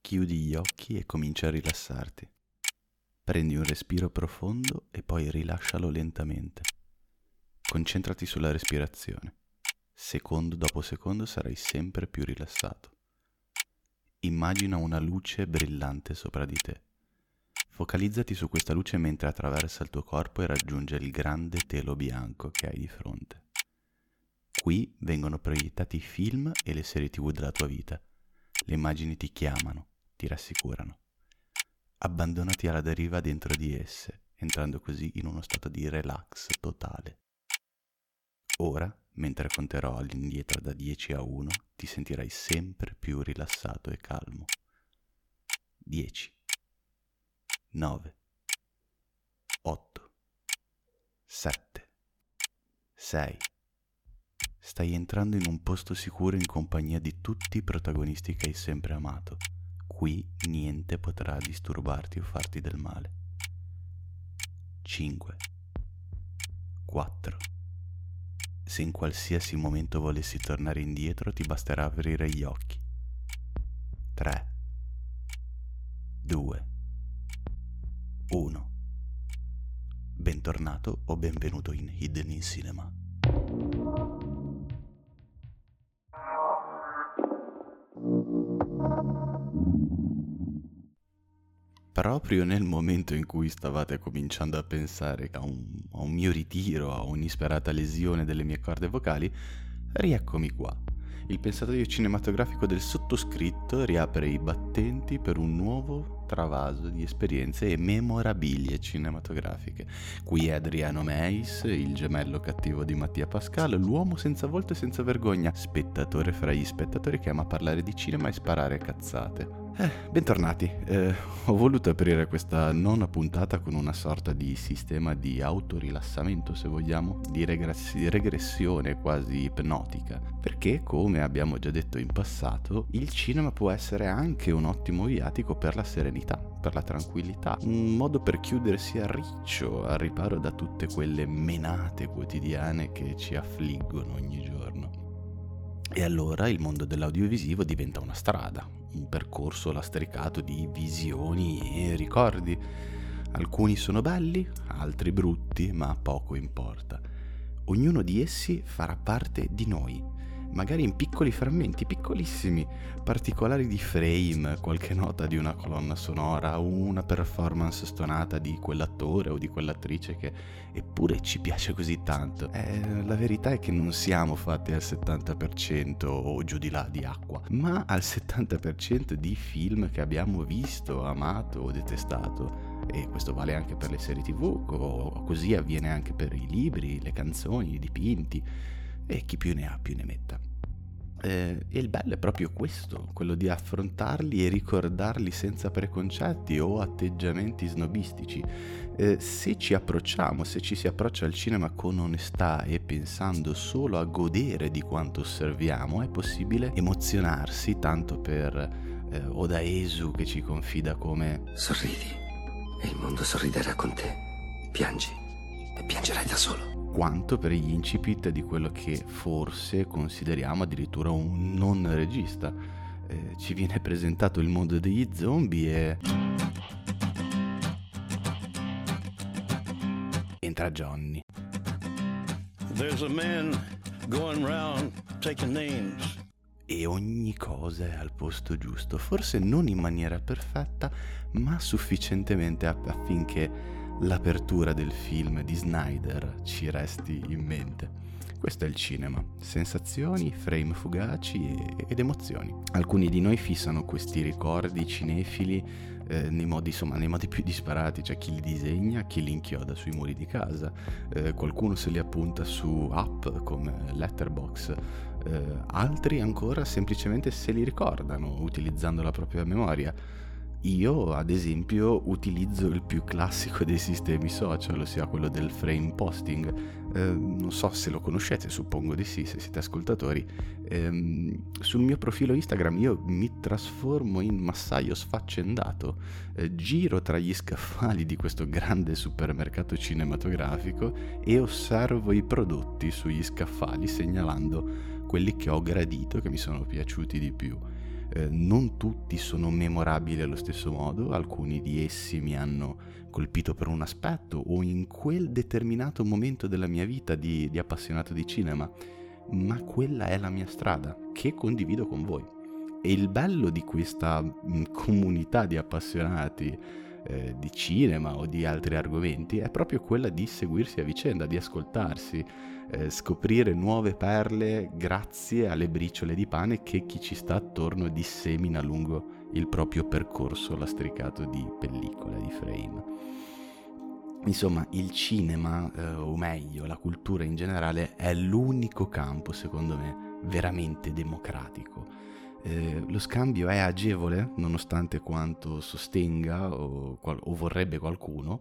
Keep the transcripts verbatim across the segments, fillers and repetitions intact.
Chiudi gli occhi e comincia a rilassarti. Prendi un respiro profondo e poi rilascialo lentamente. Concentrati sulla respirazione. Secondo dopo secondo sarai sempre più rilassato. Immagina una luce brillante sopra di te. Focalizzati su questa luce mentre attraversa il tuo corpo e raggiunge il grande telo bianco che hai di fronte. Qui vengono proiettati i film e le serie tivù della tua vita. Le immagini ti chiamano, ti rassicurano. Abbandonati alla deriva dentro di esse, entrando così in uno stato di relax totale. Ora, mentre conterò all'indietro da dieci a uno, ti sentirai sempre più rilassato e calmo. dieci, nove, otto, sette, sei. Stai entrando in un posto sicuro in compagnia di tutti i protagonisti che hai sempre amato. Qui niente potrà disturbarti o farti del male. cinque, quattro. Se in qualsiasi momento volessi tornare indietro, ti basterà aprire gli occhi. tre, due, uno. Bentornato o benvenuto in Hidden in Cinema. Proprio nel momento in cui stavate cominciando a pensare a un, a un mio ritiro, a un'isperata lesione delle mie corde vocali, rieccomi qua. Il pensatoio cinematografico del sottoscritto riapre i battenti per un nuovo travaso di esperienze e memorabilie cinematografiche. Qui è Adriano Meis, il gemello cattivo di Mattia Pascal, l'uomo senza volto e senza vergogna, spettatore fra gli spettatori che ama parlare di cinema e sparare cazzate. Eh, bentornati, eh, ho voluto aprire questa nona puntata con una sorta di sistema di autorilassamento, se vogliamo, di regress- regressione quasi ipnotica, perché, come abbiamo già detto in passato, il cinema può essere anche un ottimo viatico per la serenità, per la tranquillità, un modo per chiudersi a riccio, al riparo da tutte quelle menate quotidiane che ci affliggono ogni giorno. E allora il mondo dell'audiovisivo diventa una strada, un percorso lastricato di visioni e ricordi. Alcuni sono belli, altri brutti, ma poco importa. Ognuno di essi farà parte di noi, magari in piccoli frammenti, piccolissimi, particolari di frame, qualche nota di una colonna sonora, una performance stonata di quell'attore o di quell'attrice che eppure ci piace così tanto. Eh, la verità è che non siamo fatti al settanta per cento o giù di là di acqua, ma al settanta per cento di film che abbiamo visto, amato o detestato. E questo vale anche per le serie tivù, o così avviene anche per i libri, le canzoni, i dipinti, e chi più ne ha più ne metta. Eh, e il bello è proprio questo, quello di affrontarli e ricordarli senza preconcetti o atteggiamenti snobistici. Eh, se ci approcciamo, se ci si approccia al cinema con onestà e pensando solo a godere di quanto osserviamo, è possibile emozionarsi tanto per eh, Oda Esu che ci confida come: sorridi e il mondo sorriderà con te, piangi e piangerai da solo, quanto per gli incipit di quello che forse consideriamo addirittura un non regista. Eh, ci viene presentato il mondo degli zombie e entra Johnny. There's a man going round taking names. E ogni cosa è al posto giusto, forse non in maniera perfetta, ma sufficientemente affinché l'apertura del film di Snyder ci resti in mente. Questo è il cinema, sensazioni, frame fugaci e, ed emozioni. Alcuni di noi fissano questi ricordi cinefili eh, nei modi, insomma, nei modi più disparati. C'è chi li disegna, chi li inchioda sui muri di casa, eh, qualcuno se li appunta su app come Letterboxd, eh, altri ancora semplicemente se li ricordano utilizzando la propria memoria. Io, ad esempio, utilizzo il più classico dei sistemi social, ossia quello del frame posting. Eh, non so se lo conoscete, suppongo di sì, se siete ascoltatori. Eh, sul mio profilo Instagram io mi trasformo in massaio sfaccendato, eh, giro tra gli scaffali di questo grande supermercato cinematografico e osservo i prodotti sugli scaffali, segnalando quelli che ho gradito, che mi sono piaciuti di più. Eh, non tutti sono memorabili allo stesso modo, alcuni di essi mi hanno colpito per un aspetto o in quel determinato momento della mia vita di, di appassionato di cinema, ma quella è la mia strada che condivido con voi. E il bello di questa mh, comunità di appassionati eh, di cinema o di altri argomenti è proprio quella di seguirsi a vicenda, di ascoltarsi, eh, scoprire nuove perle grazie alle briciole di pane che chi ci sta attorno dissemina lungo il proprio percorso lastricato di pellicola, di frame. Insomma, il cinema, eh, o meglio, la cultura in generale, è l'unico campo, secondo me, veramente democratico. Eh, lo scambio è agevole, nonostante quanto sostenga o, o vorrebbe qualcuno,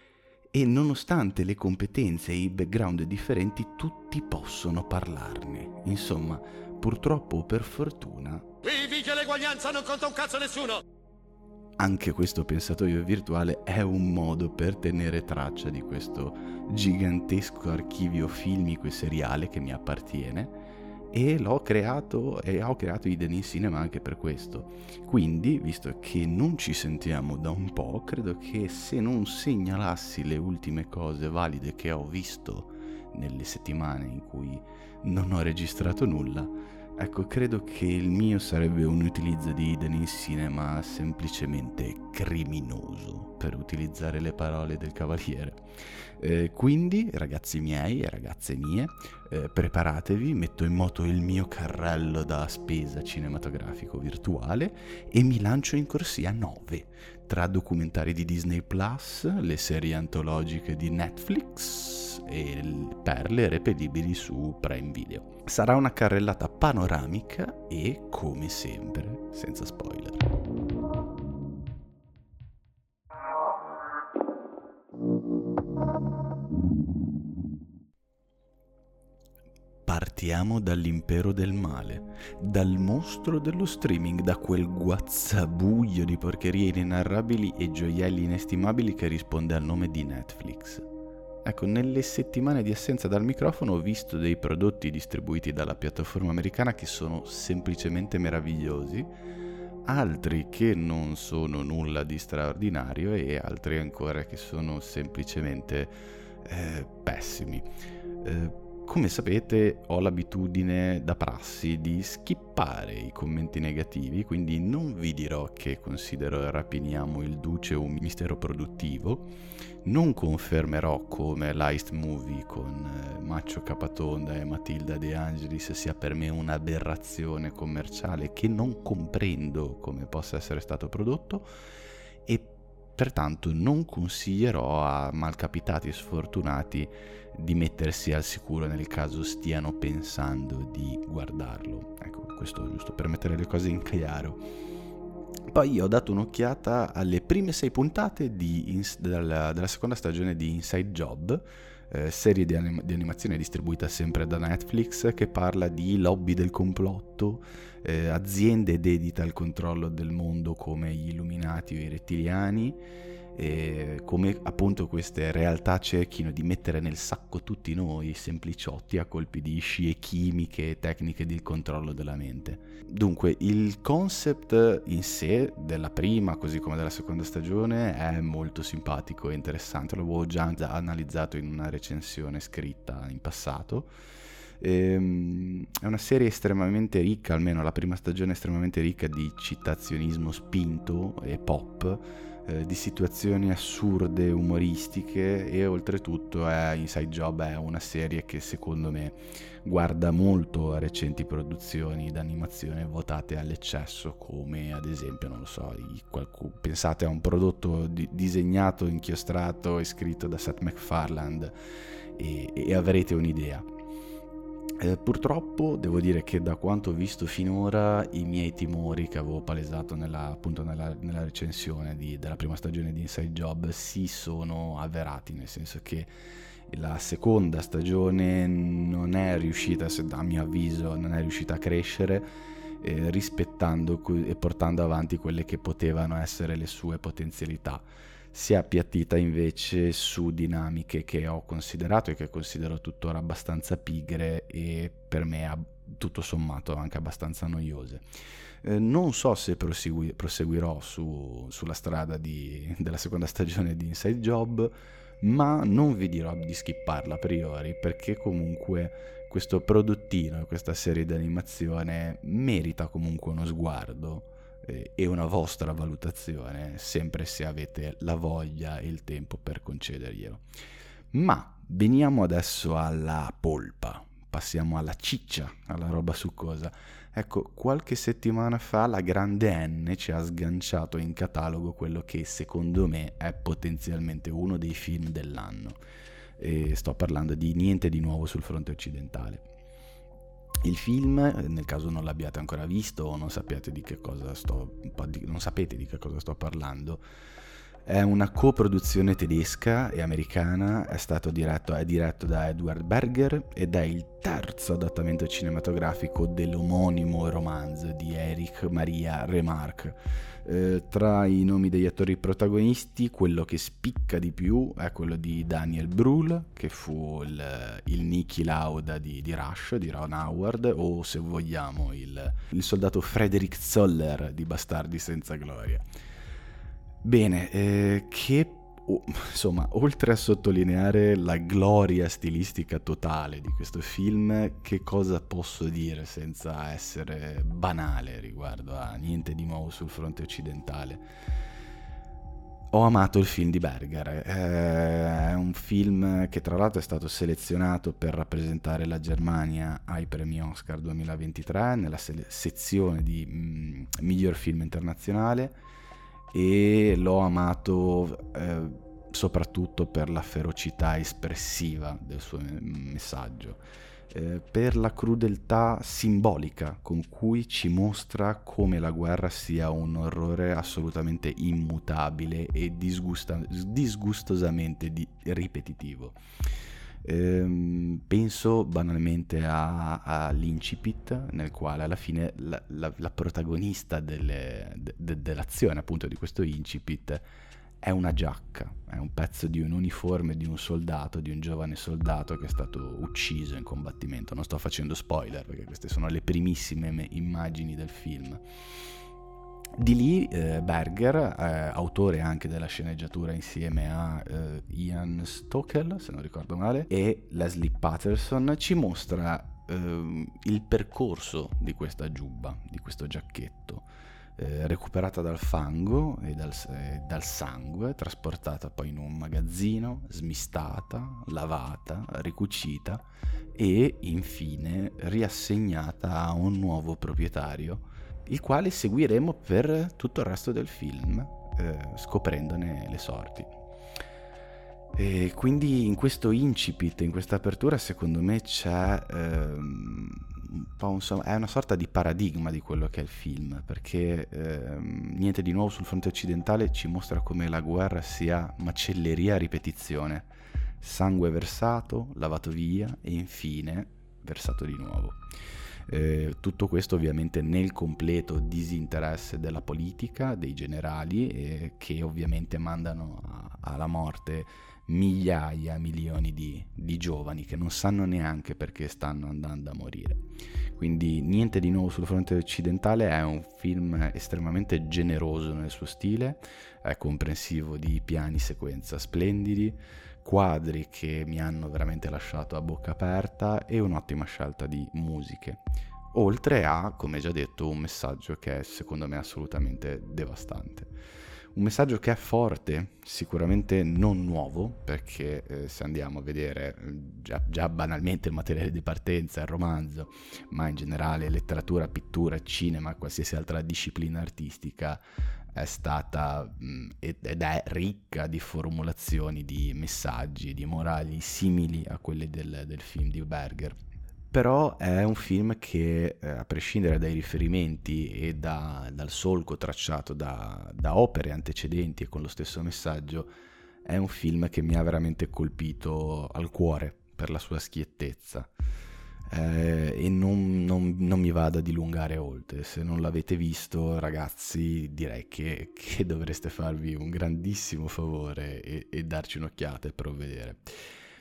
e nonostante le competenze e i background differenti, tutti possono parlarne. Insomma, purtroppo o per fortuna, Qui vige l'eguaglianza, non conta un cazzo nessuno! anche questo pensatoio virtuale è un modo per tenere traccia di questo gigantesco archivio filmico e seriale che mi appartiene, e l'ho creato e ho creato Hidden in Cinema anche per questo. Quindi, visto che non ci sentiamo da un po', credo che se non segnalassi le ultime cose valide che ho visto nelle settimane in cui non ho registrato nulla, ecco, credo che il mio sarebbe un utilizzo di Hidden in Cinema semplicemente criminoso, per utilizzare le parole del Cavaliere. Eh, quindi, ragazzi miei e ragazze mie, eh, preparatevi, metto in moto il mio carrello da spesa cinematografico virtuale e mi lancio in corsia nove, tra documentari di Disney Plus, le serie antologiche di Netflix e perle reperibili su Prime Video. Sarà una carrellata panoramica e, come sempre, senza spoiler. Partiamo dall'impero del male, dal mostro dello streaming, da quel guazzabuglio di porcherie inenarrabili e gioielli inestimabili che risponde al nome di Netflix. Ecco, nelle settimane di assenza dal microfono ho visto dei prodotti distribuiti dalla piattaforma americana che sono semplicemente meravigliosi, altri che non sono nulla di straordinario e altri ancora che sono semplicemente eh, pessimi. Eh, Come sapete, ho l'abitudine da prassi di skippare i commenti negativi, quindi non vi dirò che considero Rapiniamo il Duce un mistero produttivo, non confermerò come l'Heist Movie con eh, Maccio Capatonda e Matilda De Angelis sia per me un'aberrazione commerciale che non comprendo come possa essere stato prodotto, e pertanto non consiglierò a malcapitati e sfortunati di mettersi al sicuro nel caso stiano pensando di guardarlo. Ecco, questo giusto per mettere le cose in chiaro. Poi io ho dato un'occhiata alle prime sei puntate di ins- della, della seconda stagione di Inside Job, eh, serie di, anim- di animazione distribuita sempre da Netflix, che parla di lobby del complotto, eh, aziende dedite al controllo del mondo come gli Illuminati o i rettiliani, e come appunto queste realtà cerchino di mettere nel sacco tutti noi sempliciotti a colpi di scie chimiche e tecniche di controllo della mente. Dunque, il concept in sé della prima così come della seconda stagione è molto simpatico e interessante, l'avevo già analizzato in una recensione scritta in passato. Ehm, è una serie estremamente ricca, almeno la prima stagione è estremamente ricca di citazionismo spinto e pop, eh, di situazioni assurde, umoristiche, e oltretutto è, Inside Job è una serie che secondo me guarda molto a recenti produzioni d'animazione votate all'eccesso, come ad esempio, non lo so, i, qualcuno, pensate a un prodotto di, disegnato, inchiostrato e scritto da Seth MacFarlane e, e avrete un'idea. Eh, purtroppo devo dire che da quanto ho visto finora i miei timori che avevo palesato nella, appunto nella, nella recensione di, della prima stagione di Inside Job si sono avverati, nel senso che la seconda stagione non è riuscita, a mio avviso, non è riuscita a crescere, eh, rispettando e portando avanti quelle che potevano essere le sue potenzialità. Si è appiattita invece su dinamiche che ho considerato e che considero tuttora abbastanza pigre e per me tutto sommato anche abbastanza noiose. Eh, non so se prosegui- proseguirò su- sulla strada di- della seconda stagione di Inside Job, ma non vi dirò di skipparla a priori, perché comunque questo prodottino, questa serie di animazione merita comunque uno sguardo eh, e una vostra valutazione, sempre se avete la voglia e il tempo per concederglielo. Ma veniamo adesso alla polpa, passiamo alla ciccia, alla roba succosa. Ecco, qualche settimana fa la grande N ci ha sganciato in catalogo quello che secondo me è potenzialmente uno dei film dell'anno. E sto parlando di Niente di nuovo sul fronte occidentale. Il film, nel caso non l'abbiate ancora visto o non sapete di che cosa sto, non sapete di che cosa sto parlando, è una coproduzione tedesca e americana, è stato diretto, è diretto da Edward Berger ed è il terzo adattamento cinematografico dell'omonimo romanzo di Erich Maria Remarque. Eh, tra i nomi degli attori protagonisti, quello che spicca di più è quello di Daniel Brühl, che fu il, il Niki Lauda di, di Rush, di Ron Howard, o se vogliamo il, il soldato Frederick Zoller di Bastardi senza gloria. Bene, eh, che oh, insomma, oltre a sottolineare la gloria stilistica totale di questo film, che cosa posso dire senza essere banale riguardo a Niente di nuovo sul fronte occidentale? Ho amato il film di Berger, è un film che tra l'altro è stato selezionato per rappresentare la Germania ai premi Oscar duemilaventitré nella se- sezione di mh, miglior film internazionale, e l'ho amato eh, soprattutto per la ferocità espressiva del suo messaggio, eh, per la crudeltà simbolica con cui ci mostra come la guerra sia un orrore assolutamente immutabile e disgusta- disgustosamente di- ripetitivo. Ehm, penso banalmente a, all'incipit, nel quale alla fine la, la, la protagonista delle, de, de, dell'azione appunto di questo incipit è una giacca, è un pezzo di un uniforme di un soldato, di un giovane soldato che è stato ucciso in combattimento. Non sto facendo spoiler perché queste sono le primissime immagini del film. Di lì eh, Berger, eh, autore anche della sceneggiatura insieme a eh, Ian Stockel, se non ricordo male, e Leslie Patterson, ci mostra eh, il percorso di questa giubba, di questo giacchetto, eh, recuperata dal fango e dal, eh, dal sangue, trasportata poi in un magazzino, smistata, lavata, ricucita e infine riassegnata a un nuovo proprietario, il quale seguiremo per tutto il resto del film, eh, scoprendone le sorti. E quindi in questo incipit, in questa apertura, secondo me c'è ehm, un po' insomma, è una sorta di paradigma di quello che è il film, perché ehm, Niente di nuovo sul fronte occidentale ci mostra come la guerra sia macelleria a ripetizione, sangue versato, lavato via e infine versato di nuovo. Eh, tutto questo ovviamente nel completo disinteresse della politica, dei generali, eh, che ovviamente mandano a, alla morte migliaia, milioni di, di giovani che non sanno neanche perché stanno andando a morire. Quindi Niente di nuovo sul fronte occidentale è un film estremamente generoso nel suo stile, è comprensivo di piani sequenza splendidi, quadri che mi hanno veramente lasciato a bocca aperta e un'ottima scelta di musiche, oltre a, come già detto, un messaggio che è secondo me assolutamente devastante. Un messaggio che è forte, sicuramente non nuovo, perché eh, se andiamo a vedere già, già banalmente il materiale di partenza, il romanzo, ma in generale letteratura, pittura, cinema, qualsiasi altra disciplina artistica, è stata mh, ed è ricca di formulazioni, di messaggi, di morali simili a quelle del, del film di Berger. Però è un film che, eh, a prescindere dai riferimenti e da, dal solco tracciato da, da opere antecedenti e con lo stesso messaggio, è un film che mi ha veramente colpito al cuore per la sua schiettezza. Eh, e non, non, non mi vado a dilungare oltre. Se non l'avete visto, ragazzi, direi che, che dovreste farvi un grandissimo favore e, e darci un'occhiata e provvedere.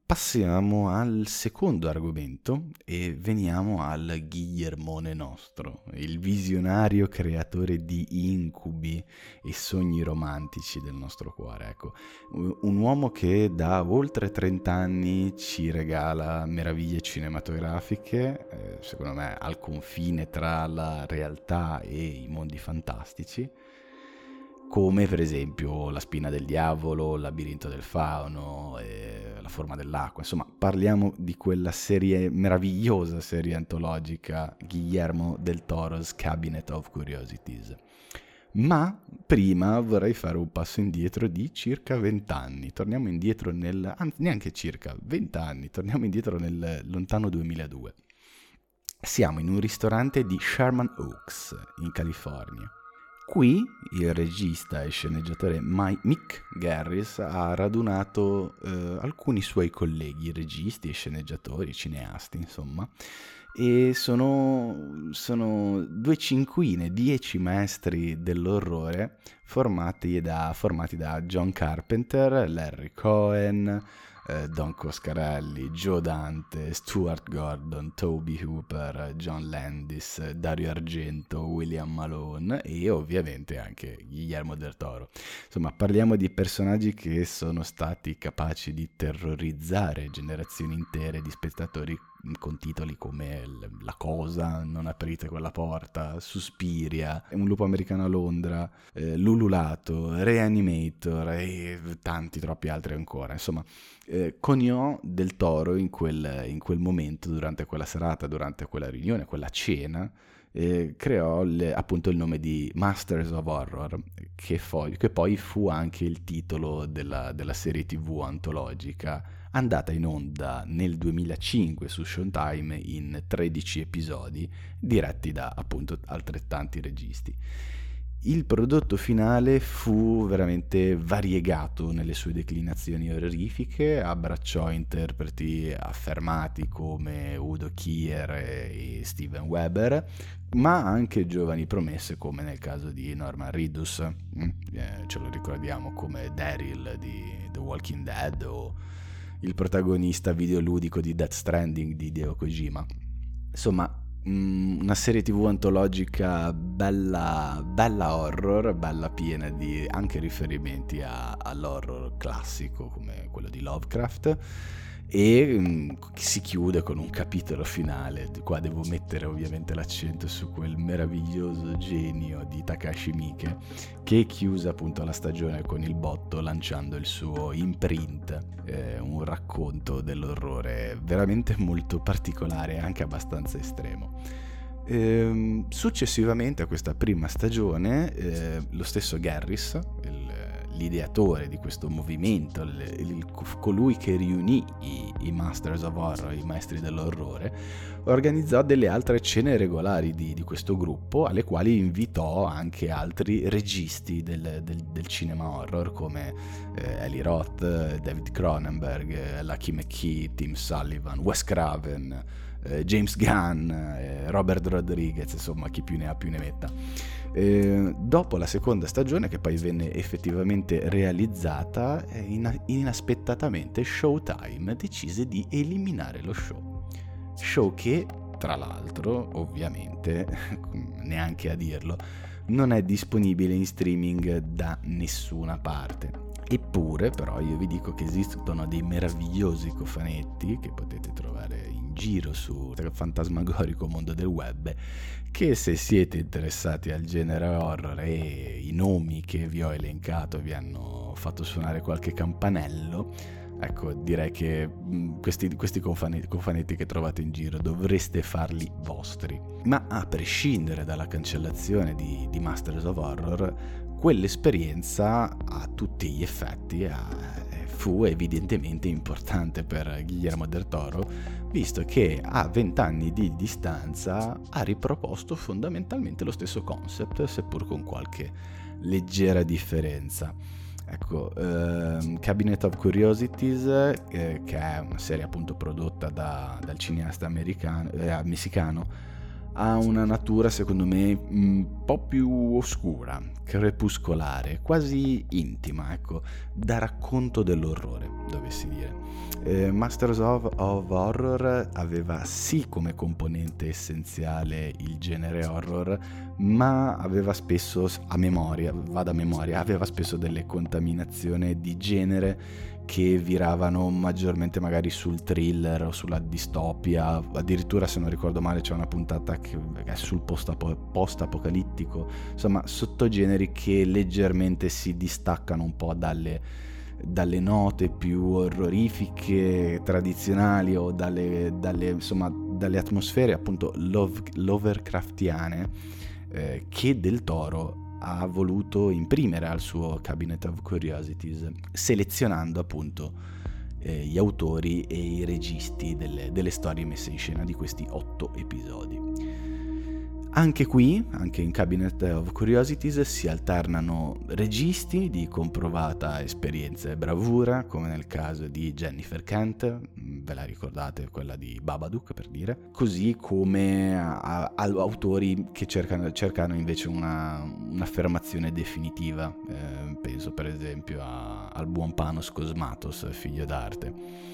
passiamo al secondo argomento e veniamo al Guillermone nostro, il visionario creatore di incubi e sogni romantici del nostro cuore. Ecco, un uomo che da oltre trenta anni ci regala meraviglie cinematografiche, eh, secondo me al confine tra la realtà e i mondi fantastici, come per esempio La spina del diavolo, Il labirinto del fauno, eh, La forma dell'acqua. Insomma, parliamo di quella serie, meravigliosa serie antologica, Guillermo del Toro's Cabinet of Curiosities. Ma prima vorrei fare un passo indietro di circa vent'anni. Torniamo indietro nel... anzi, neanche circa vent'anni, torniamo indietro nel lontano duemiladue. Siamo in un ristorante di Sherman Oaks, in California. Qui il regista e sceneggiatore Mike, Mick Garris ha radunato eh, alcuni suoi colleghi, registi e sceneggiatori, cineasti, insomma, e sono, sono due cinquine, dieci maestri dell'orrore formati da, formati da John Carpenter, Larry Cohen, eh, Don Coscarelli, Joe Dante, Stuart Gordon, Tobe Hooper, John Landis, Dario Argento, William Malone e ovviamente anche Guillermo del Toro. Insomma, parliamo di personaggi che sono stati capaci di terrorizzare generazioni intere di spettatori con titoli come La Cosa, Non aprite quella porta, Suspiria, Un lupo americano a Londra, eh, L'ululato, Reanimator e tanti troppi altri ancora. Insomma, eh, coniò del Toro in quel, in quel momento, durante quella serata, durante quella riunione, quella cena, eh, creò le, appunto il nome di Masters of Horror, che, fo- che poi fu anche il titolo della, della serie tv antologica, andata in onda nel duemilacinque su Showtime in tredici episodi, diretti da appunto altrettanti registi. Il prodotto finale fu veramente variegato nelle sue declinazioni orrorifiche, abbracciò interpreti affermati come Udo Kier e Steven Weber, ma anche giovani promesse come nel caso di Norman Reedus, eh, ce lo ricordiamo come Daryl di The Walking Dead o il protagonista videoludico di Death Stranding di Hideo Kojima. Insomma, una serie tv antologica bella, bella horror, bella piena di anche riferimenti a, all'horror classico come quello di Lovecraft, e um, si chiude con un capitolo finale. Qua devo mettere ovviamente l'accento su quel meraviglioso genio di Takashi Miike, che chiuse appunto la stagione con il botto lanciando il suo Imprint, eh, un racconto dell'orrore veramente molto particolare e anche abbastanza estremo. Ehm, successivamente a questa prima stagione, eh, lo stesso Garris, il l'ideatore di questo movimento, il, il, colui che riunì i, i Masters of Horror, i maestri dell'orrore, organizzò delle altre cene regolari di, di questo gruppo, alle quali invitò anche altri registi del, del, del cinema horror come eh, Eli Roth, David Cronenberg, eh, Lucky McKee, Tim Sullivan, Wes Craven, eh, James Gunn, eh, Robert Rodriguez, insomma chi più ne ha più ne metta. Eh, dopo la seconda stagione, che poi venne effettivamente realizzata, eh, in- inaspettatamente Showtime decise di eliminare lo show. Show che, tra l'altro, ovviamente, neanche a dirlo, non è disponibile in streaming da nessuna parte. Eppure, però, io vi dico che esistono dei meravigliosi cofanetti che potete trovare in giro sul fantasmagorico mondo del web, che se siete interessati al genere horror e i nomi che vi ho elencato vi hanno fatto suonare qualche campanello, ecco, direi che mh, questi, questi cofanetti, cofanetti che trovate in giro dovreste farli vostri. Ma a prescindere dalla cancellazione di, di Masters of Horror, quell'esperienza a tutti gli effetti eh, fu evidentemente importante per Guillermo del Toro, visto che a vent'anni di distanza ha riproposto fondamentalmente lo stesso concept, seppur con qualche leggera differenza. Ecco, ehm, Cabinet of Curiosities, eh, che è una serie appunto prodotta da, dal cineasta americano, eh, messicano ha una natura secondo me un po' più oscura, crepuscolare, quasi intima, ecco, da racconto dell'orrore, dovessi dire. Eh, Masters of, of Horror aveva sì come componente essenziale il genere horror, ma aveva spesso, a memoria, vado a memoria, aveva spesso delle contaminazioni di genere che viravano maggiormente magari sul thriller o sulla distopia. Addirittura, se non ricordo male, c'è una puntata che è sul post-apocalittico, insomma sottogeneri che leggermente si distaccano un po' dalle, dalle note più orrorifiche tradizionali o dalle, dalle, insomma, dalle atmosfere appunto love, lovercraftiane eh, che Del Toro ha voluto imprimere al suo Cabinet of Curiosities, selezionando appunto eh, gli autori e i registi delle, delle storie messe in scena di questi otto episodi. Anche qui, anche in Cabinet of Curiosities, si alternano registi di comprovata esperienza e bravura, come nel caso di Jennifer Kent, ve la ricordate, quella di Babadook per dire, così come a, a, a autori che cercano, cercano invece una, un'affermazione definitiva, eh, penso per esempio a, al buon Panos Cosmatos, figlio d'arte.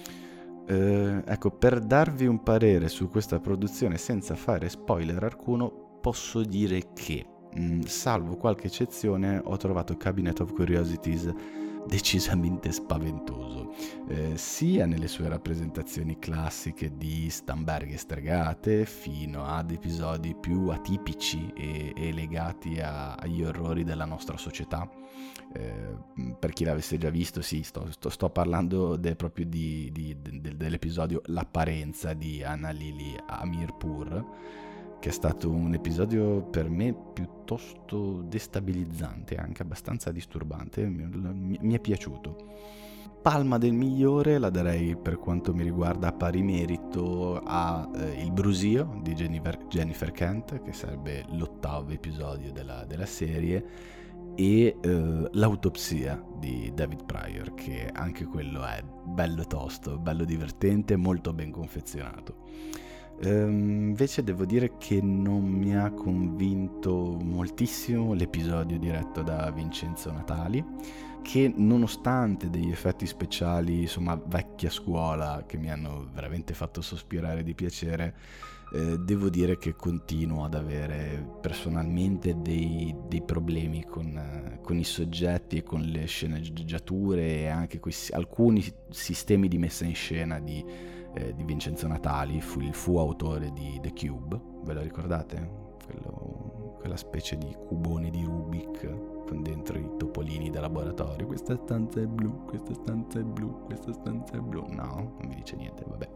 Eh, ecco, per darvi un parere su questa produzione senza fare spoiler alcuno, posso dire che, mh, salvo qualche eccezione, ho trovato Cabinet of Curiosities decisamente spaventoso, eh, sia nelle sue rappresentazioni classiche di Stamberghe stregate, fino ad episodi più atipici e, e legati a, agli orrori della nostra società. Eh, per chi l'avesse già visto, sì, sto, sto, sto parlando de, proprio di, di, de, dell'episodio L'apparenza di Anna Lili Amirpour, che è stato un episodio per me piuttosto destabilizzante, anche abbastanza disturbante, mi, mi è piaciuto. Palma del migliore la darei, per quanto mi riguarda, a pari merito a eh, Il brusio di Jennifer, Jennifer Kent, che sarebbe l'ottavo episodio della, della serie, e eh, L'autopsia di David Pryor, che anche quello è bello tosto, bello divertente, molto ben confezionato. Um, invece devo dire che non mi ha convinto moltissimo l'episodio diretto da Vincenzo Natali, che nonostante degli effetti speciali, insomma vecchia scuola, che mi hanno veramente fatto sospirare di piacere, eh, devo dire che continuo ad avere personalmente dei, dei problemi con, eh, con i soggetti e con le sceneggiature e anche questi, alcuni sistemi di messa in scena di Eh, di Vincenzo Natali, fu il fu autore di The Cube, ve lo ricordate? Quello, quella specie di cubone di Rubik con dentro i topolini da laboratorio. Questa stanza è blu, questa stanza è blu, questa stanza è blu. No, non mi dice niente, vabbè.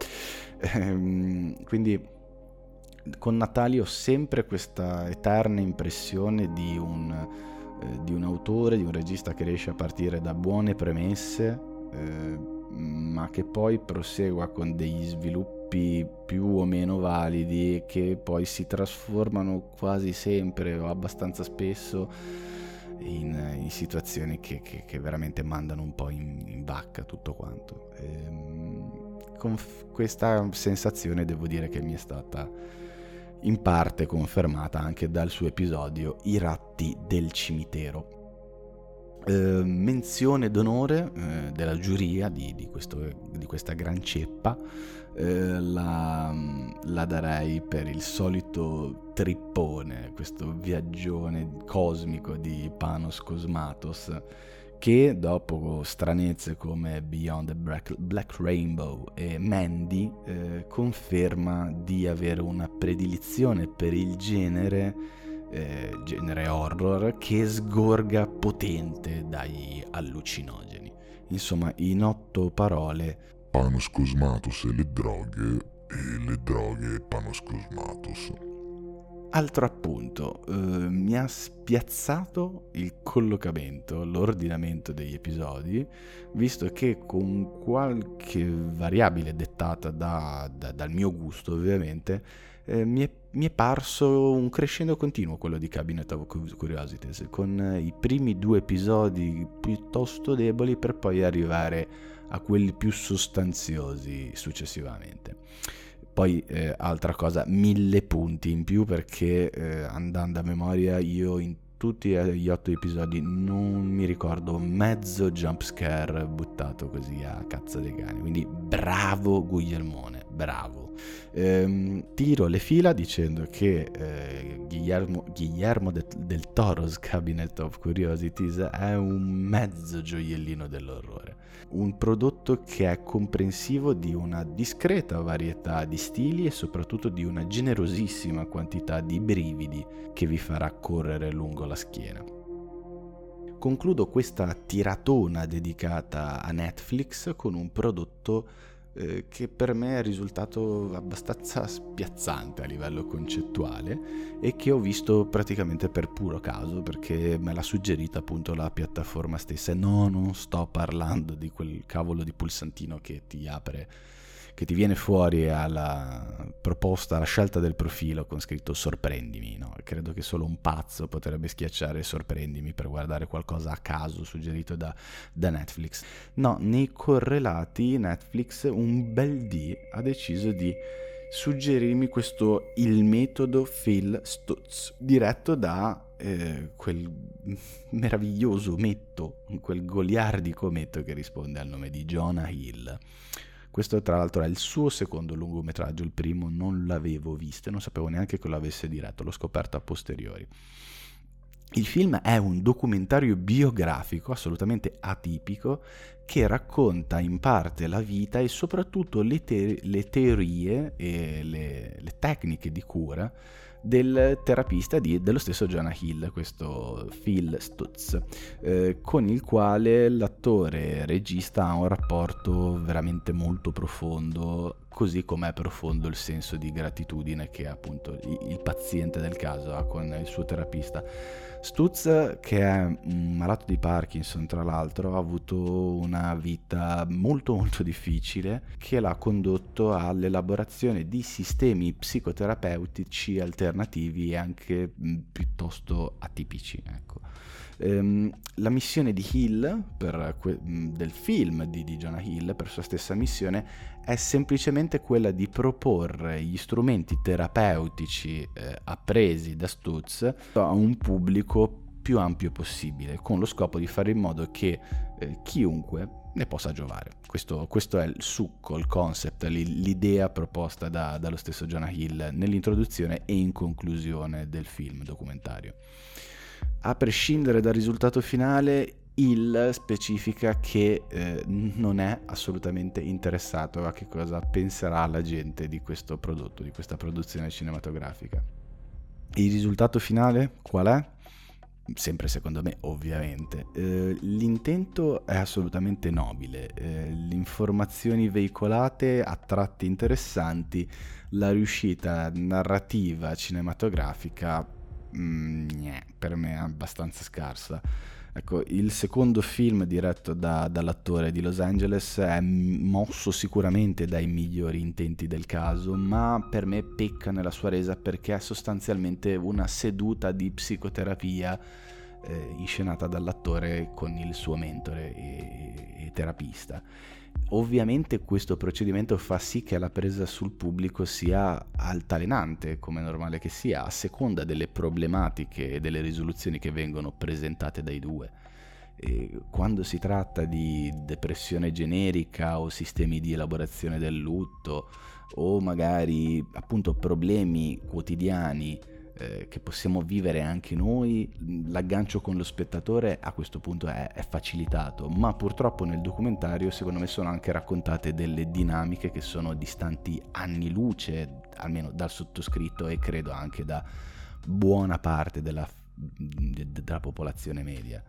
Ehm, quindi con Natali ho sempre questa eterna impressione di un, eh, di un autore, di un regista che riesce a partire da buone premesse, eh, ma che poi prosegua con degli sviluppi più o meno validi, che poi si trasformano quasi sempre o abbastanza spesso in, in situazioni che, che, che veramente mandano un po' in, in vacca tutto quanto. E, con f- questa sensazione devo dire che mi è stata in parte confermata anche dal suo episodio I ratti del cimitero. Eh, menzione d'onore eh, della giuria di, di, questo, di questa gran ceppa, eh, la, la darei per il solito trippone, questo viaggione cosmico di Panos Cosmatos, che dopo stranezze come Beyond the Black, Black Rainbow e Mandy eh, conferma di avere una predilizione per il genere Eh, genere horror che sgorga potente dagli allucinogeni. Insomma, in otto parole, Panos Cosmatos e le droghe, e le droghe e Panos Cosmatos. Altro appunto, eh, mi ha spiazzato il collocamento, l'ordinamento degli episodi, visto che con qualche variabile dettata da, da, dal mio gusto ovviamente, eh, mi, è, mi è parso un crescendo continuo quello di Cabinet of Curiosities, con i primi due episodi piuttosto deboli per poi arrivare a quelli più sostanziosi successivamente. Poi eh, altra cosa, mille punti in più perché eh, andando a memoria io in tutti gli otto episodi non mi ricordo mezzo jump scare buttato così a cazzo dei cani, quindi bravo Guglielmone, bravo. Ehm, tiro le fila dicendo che eh, Guillermo, Guillermo de, del Toro's Cabinet of Curiosities è un mezzo gioiellino dell'orrore, un prodotto che è comprensivo di una discreta varietà di stili e soprattutto di una generosissima quantità di brividi che vi farà correre lungo la schiena. Concludo questa tiratona dedicata a Netflix con un prodotto eh, che per me è risultato abbastanza spiazzante a livello concettuale e che ho visto praticamente per puro caso perché me l'ha suggerita appunto la piattaforma stessa. No, non sto parlando di quel cavolo di pulsantino che ti apre, che ti viene fuori alla proposta, alla scelta del profilo con scritto sorprendimi, no? Credo che solo un pazzo potrebbe schiacciare sorprendimi per guardare qualcosa a caso suggerito da, da Netflix. No, nei correlati Netflix un bel dì ha deciso di suggerirmi questo Il metodo Phil Stutz, diretto da eh, quel meraviglioso ometto, quel goliardico ometto che risponde al nome di Jonah Hill. Questo tra l'altro è il suo secondo lungometraggio, il primo non l'avevo visto e non sapevo neanche che lo avesse diretto, l'ho scoperto a posteriori. Il film è un documentario biografico assolutamente atipico che racconta in parte la vita e soprattutto le, te- le teorie e le, le tecniche di cura del terapista di, dello stesso Jonah Hill, questo Phil Stutz, eh, con il quale l'attore regista ha un rapporto veramente molto profondo, così come è profondo il senso di gratitudine che appunto il, il paziente del caso ha con il suo terapista. Stutz, che è un malato di Parkinson tra l'altro, ha avuto una vita molto molto difficile che l'ha condotto all'elaborazione di sistemi psicoterapeutici alternativi e anche mh, piuttosto atipici, ecco. Ehm, la missione di Hill per que- del film di, di Jonah Hill, per sua stessa missione, è semplicemente quella di proporre gli strumenti terapeutici eh, appresi da Stutz a un pubblico più ampio possibile, con lo scopo di fare in modo che eh, chiunque ne possa giovare. Questo, questo è il succo, il concept, l'idea proposta da, dallo stesso Jonah Hill nell'introduzione e in conclusione del film documentario. A prescindere dal risultato finale, Hill specifica che eh, non è assolutamente interessato a che cosa penserà la gente di questo prodotto, di questa produzione cinematografica. Il risultato finale qual è? Sempre secondo me, ovviamente. Eh, l'intento è assolutamente nobile, eh, le informazioni veicolate a tratti interessanti, la riuscita narrativa cinematografica mm, nye, per me è abbastanza scarsa. Ecco, il secondo film diretto da, dall'attore di Los Angeles è mosso sicuramente dai migliori intenti del caso, ma per me pecca nella sua resa perché è sostanzialmente una seduta di psicoterapia eh, inscenata dall'attore con il suo mentore e, e terapista. Ovviamente questo procedimento fa sì che la presa sul pubblico sia altalenante, come è normale che sia, a seconda delle problematiche e delle risoluzioni che vengono presentate dai due. E quando si tratta di depressione generica o sistemi di elaborazione del lutto o magari appunto problemi quotidiani eh, che possiamo vivere anche noi, l'aggancio con lo spettatore a questo punto è, è facilitato, ma purtroppo nel documentario secondo me sono anche raccontate delle dinamiche che sono distanti anni luce, almeno dal sottoscritto e credo anche da buona parte della, della popolazione media.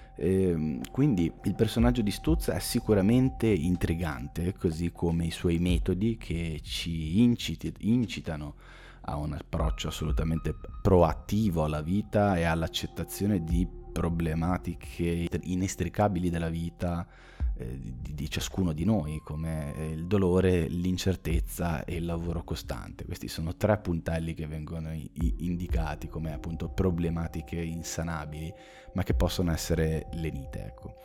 E quindi il personaggio di Stutz è sicuramente intrigante, così come i suoi metodi che ci inciti, incitano a un approccio assolutamente proattivo alla vita e all'accettazione di problematiche inestricabili della vita eh, di, di ciascuno di noi, come il dolore, l'incertezza e il lavoro costante. Questi sono tre puntelli che vengono i, indicati come appunto problematiche insanabili, ma che possono essere lenite, ecco.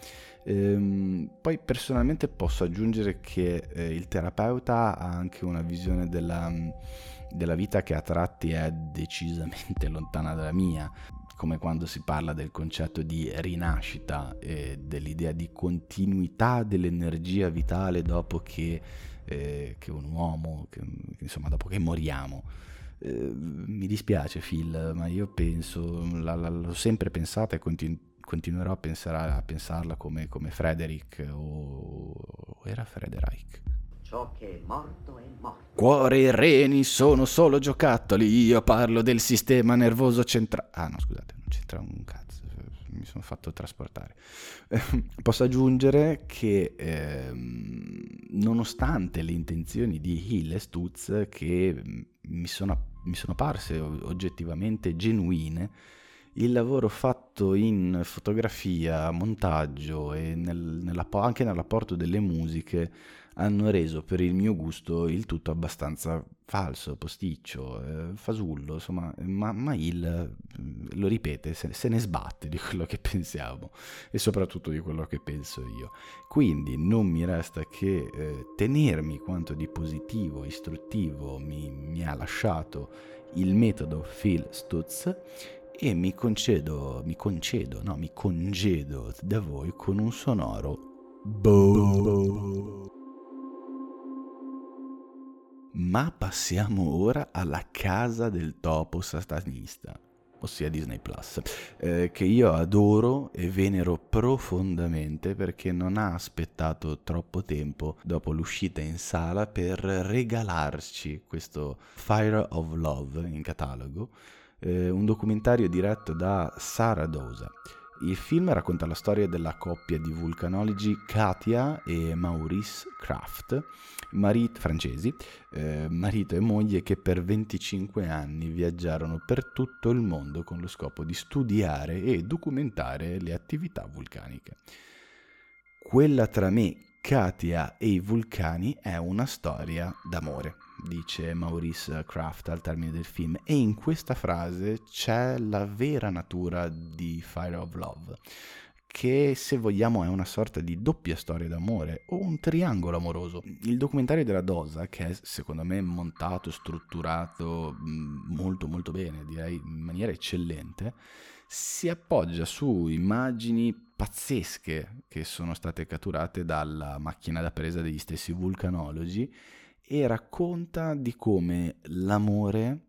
Ehm, poi personalmente posso aggiungere che eh, il terapeuta ha anche una visione della, della vita che a tratti è decisamente lontana dalla mia, come quando si parla del concetto di rinascita e dell'idea di continuità dell'energia vitale dopo che, eh, che un uomo, che, insomma dopo che moriamo. Eh, mi dispiace Phil, ma io penso, la, la, l'ho sempre pensata e continu- continuerò a, pensare, a pensarla come, come Frederick o, o era Frederick. Ciò che è morto è morto. Cuore e reni sono solo giocattoli, io parlo del sistema nervoso centrale. Ah no, scusate, non c'entra un cazzo, mi sono fatto trasportare. Posso aggiungere che ehm, nonostante le intenzioni di Hill e Stutz, che mi sono, mi sono parse oggettivamente genuine, il lavoro fatto in fotografia, montaggio e nel, nella, anche nell'apporto delle musiche hanno reso per il mio gusto il tutto abbastanza falso, posticcio, eh, fasullo, insomma, ma, ma Hill eh, lo ripete, se, se ne sbatte di quello che pensiamo e soprattutto di quello che penso io. Quindi non mi resta che eh, tenermi quanto di positivo, istruttivo mi, mi ha lasciato il metodo Phil Stutz e mi concedo, mi concedo, no, mi congedo da voi con un sonoro boh. Ma passiamo ora alla casa del topo satanista, ossia Disney Plus, eh, che io adoro e venero profondamente perché non ha aspettato troppo tempo dopo l'uscita in sala per regalarci questo Fire of Love in catalogo, eh, un documentario diretto da Sarah Dosa. Il film racconta la storia della coppia di vulcanologi Katia e Maurice Kraft, marit- francesi, eh, marito e moglie che per venticinque anni viaggiarono per tutto il mondo con lo scopo di studiare e documentare le attività vulcaniche. Quella tra me, Katia e i vulcani è una storia d'amore, dice Maurice Kraft al termine del film, e in questa frase c'è la vera natura di Fire of Love, che se vogliamo è una sorta di doppia storia d'amore o un triangolo amoroso. Il documentario della Dosa, che è secondo me montato, strutturato molto molto bene, direi in maniera eccellente, si appoggia su immagini pazzesche che sono state catturate dalla macchina da presa degli stessi vulcanologi e racconta di come l'amore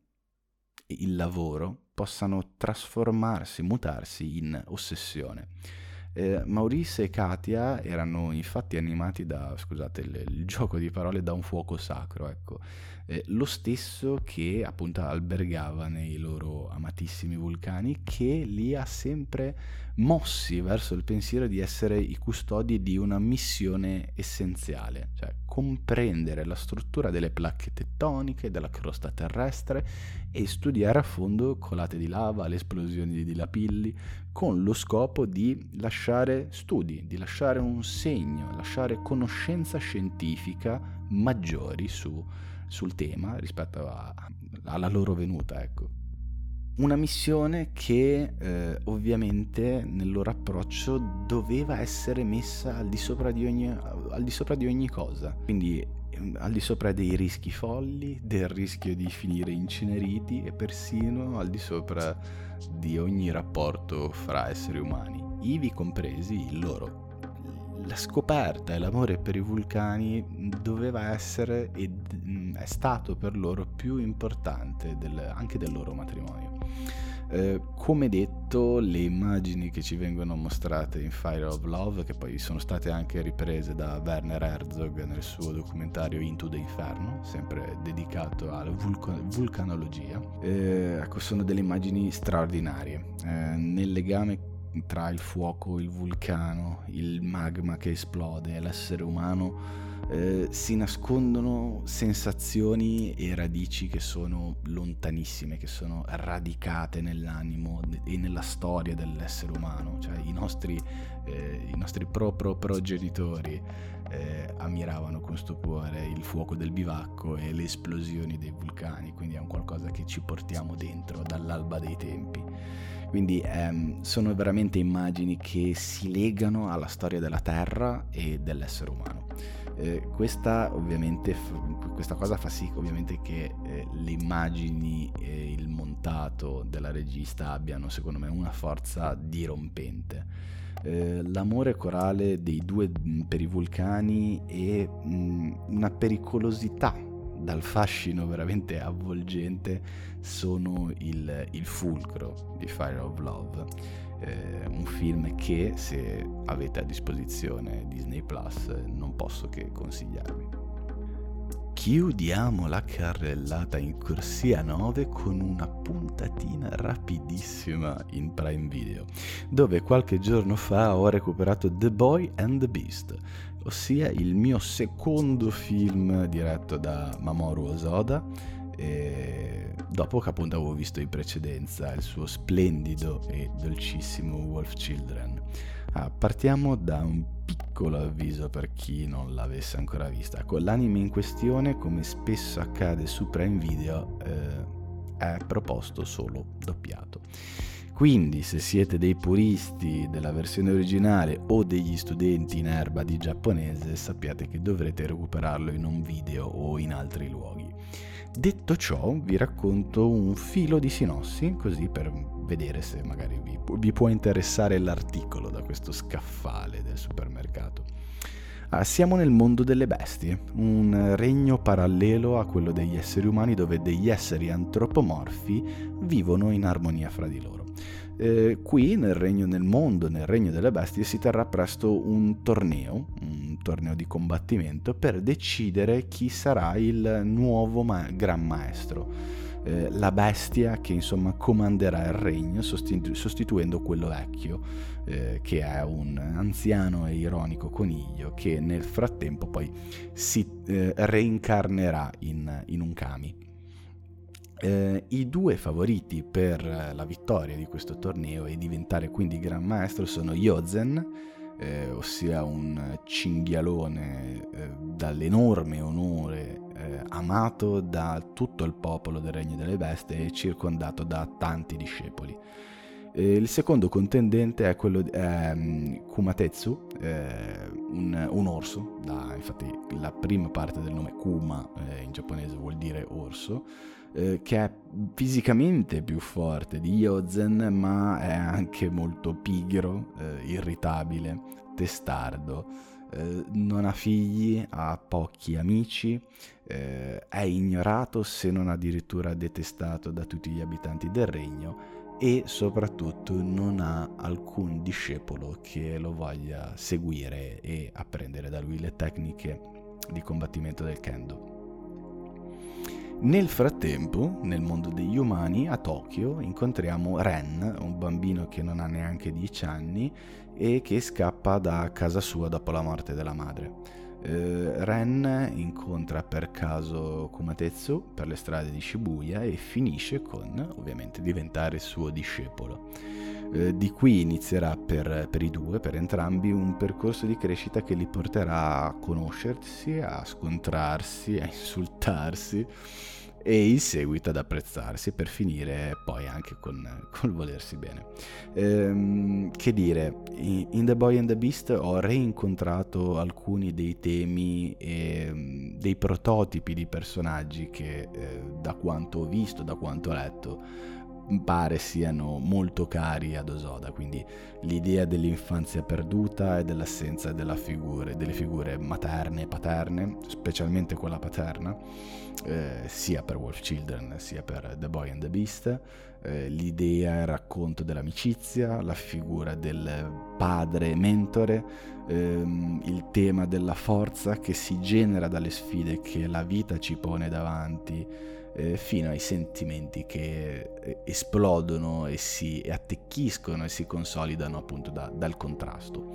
e il lavoro possano trasformarsi, mutarsi in ossessione. Eh, Maurice e Katia erano infatti animati da, scusate il, il gioco di parole, da un fuoco sacro, ecco, eh, lo stesso che appunto albergava nei loro amatissimi vulcani, che li ha sempre mossi verso il pensiero di essere i custodi di una missione essenziale, cioè comprendere la struttura delle placche tettoniche, della crosta terrestre e studiare a fondo colate di lava, le esplosioni di dilapilli, con lo scopo di lasciare studi, di lasciare un segno, lasciare conoscenza scientifica maggiori su, sul tema rispetto a, alla loro venuta, ecco. Una missione che eh, ovviamente nel loro approccio doveva essere messa al di sopra di ogni, al di sopra di ogni cosa, quindi eh, al di sopra dei rischi folli, del rischio di finire inceneriti e persino al di sopra di ogni rapporto fra esseri umani, ivi compresi il loro. La scoperta e l'amore per i vulcani doveva essere ed è stato per loro più importante del, anche del loro matrimonio. Eh, come detto, le immagini che ci vengono mostrate in Fire of Love, che poi sono state anche riprese da Werner Herzog nel suo documentario Into the Inferno, sempre dedicato alla vulca- vulcanologia, eh, ecco, sono delle immagini straordinarie. Eh, nel legame tra il fuoco, il vulcano, il magma che esplode e l'essere umano eh, si nascondono sensazioni e radici che sono lontanissime, che sono radicate nell'animo e nella storia dell'essere umano. Cioè i nostri, eh, i nostri pro pro progenitori eh, ammiravano con stupore il fuoco del bivacco e le esplosioni dei vulcani, quindi è un qualcosa che ci portiamo dentro dall'alba dei tempi. Quindi ehm, sono veramente immagini che si legano alla storia della Terra e dell'essere umano. Eh, questa ovviamente f- questa cosa fa sì ovviamente che eh, le immagini e il montato della regista abbiano, secondo me, una forza dirompente. Eh, l'amore corale dei due mh, per i vulcani e mh, una pericolosità dal fascino veramente avvolgente sono il, il fulcro di Fire of Love, eh, un film che, se avete a disposizione Disney Plus, non posso che consigliarvi. Chiudiamo la carrellata in corsia nove con una puntatina rapidissima in Prime Video, dove qualche giorno fa ho recuperato The Boy and the Beast, ossia il mio secondo film diretto da Mamoru Hosoda, e dopo che appunto avevo visto in precedenza il suo splendido e dolcissimo Wolf Children. Ah, partiamo da un piccolo avviso per chi non l'avesse ancora vista. Con l'anime in questione, come spesso accade su Prime Video, eh, è proposto solo doppiato. Quindi, se siete dei puristi della versione originale o degli studenti in erba di giapponese, sappiate che dovrete recuperarlo in un video o in altri luoghi. Detto ciò, vi racconto un filo di sinossi, così per vedere se magari vi, vi può interessare l'articolo da questo scaffale del supermercato. Ah, siamo nel mondo delle bestie, un regno parallelo a quello degli esseri umani, dove degli esseri antropomorfi vivono in armonia fra di loro. Eh, qui nel regno, nel mondo, nel regno delle bestie, si terrà presto un torneo, un torneo di combattimento per decidere chi sarà il nuovo ma- gran maestro, eh, la bestia che insomma comanderà il regno, sostitu- sostituendo quello vecchio, eh, che è un anziano e ironico coniglio che nel frattempo poi si eh, reincarnerà in, in un kami. Eh, I due favoriti per la vittoria di questo torneo e diventare quindi Gran Maestro sono Yozen, eh, ossia un cinghialone eh, dall'enorme onore, eh, amato da tutto il popolo del Regno delle Bestie e circondato da tanti discepoli. Eh, il secondo contendente è quello di eh, Kumatetsu, eh, un, un orso, da, infatti la prima parte del nome Kuma eh, in giapponese vuol dire orso, eh, che è fisicamente più forte di Yozen, ma è anche molto pigro, eh, irritabile, testardo, eh, non ha figli, ha pochi amici, eh, è ignorato, se non addirittura detestato da tutti gli abitanti del regno, e soprattutto non ha alcun discepolo che lo voglia seguire e apprendere da lui le tecniche di combattimento del kendo. Nel frattempo, nel mondo degli umani, a Tokyo, incontriamo Ren, un bambino che non ha neanche dieci anni e che scappa da casa sua dopo la morte della madre. Uh, Ren incontra per caso Kumatetsu per le strade di Shibuya e finisce con, ovviamente, diventare suo discepolo. Uh, di qui inizierà per, per i due, per entrambi, un percorso di crescita che li porterà a conoscersi, a scontrarsi, a insultarsi e in seguito ad apprezzarsi, per finire poi anche con col volersi bene. Ehm, che dire, in The Boy and the Beast ho reincontrato alcuni dei temi e dei prototipi di personaggi che eh, da quanto ho visto, da quanto ho letto, pare siano molto cari ad Hosoda, quindi l'idea dell'infanzia perduta e dell'assenza della figure, delle figure materne e paterne, specialmente quella paterna, eh, sia per Wolf Children sia per The Boy and the Beast, eh, l'idea e il racconto dell'amicizia, la figura del padre mentore, ehm, il tema della forza che si genera dalle sfide che la vita ci pone davanti, Eh, fino ai sentimenti che eh, esplodono e si e attecchiscono e si consolidano appunto da, dal contrasto.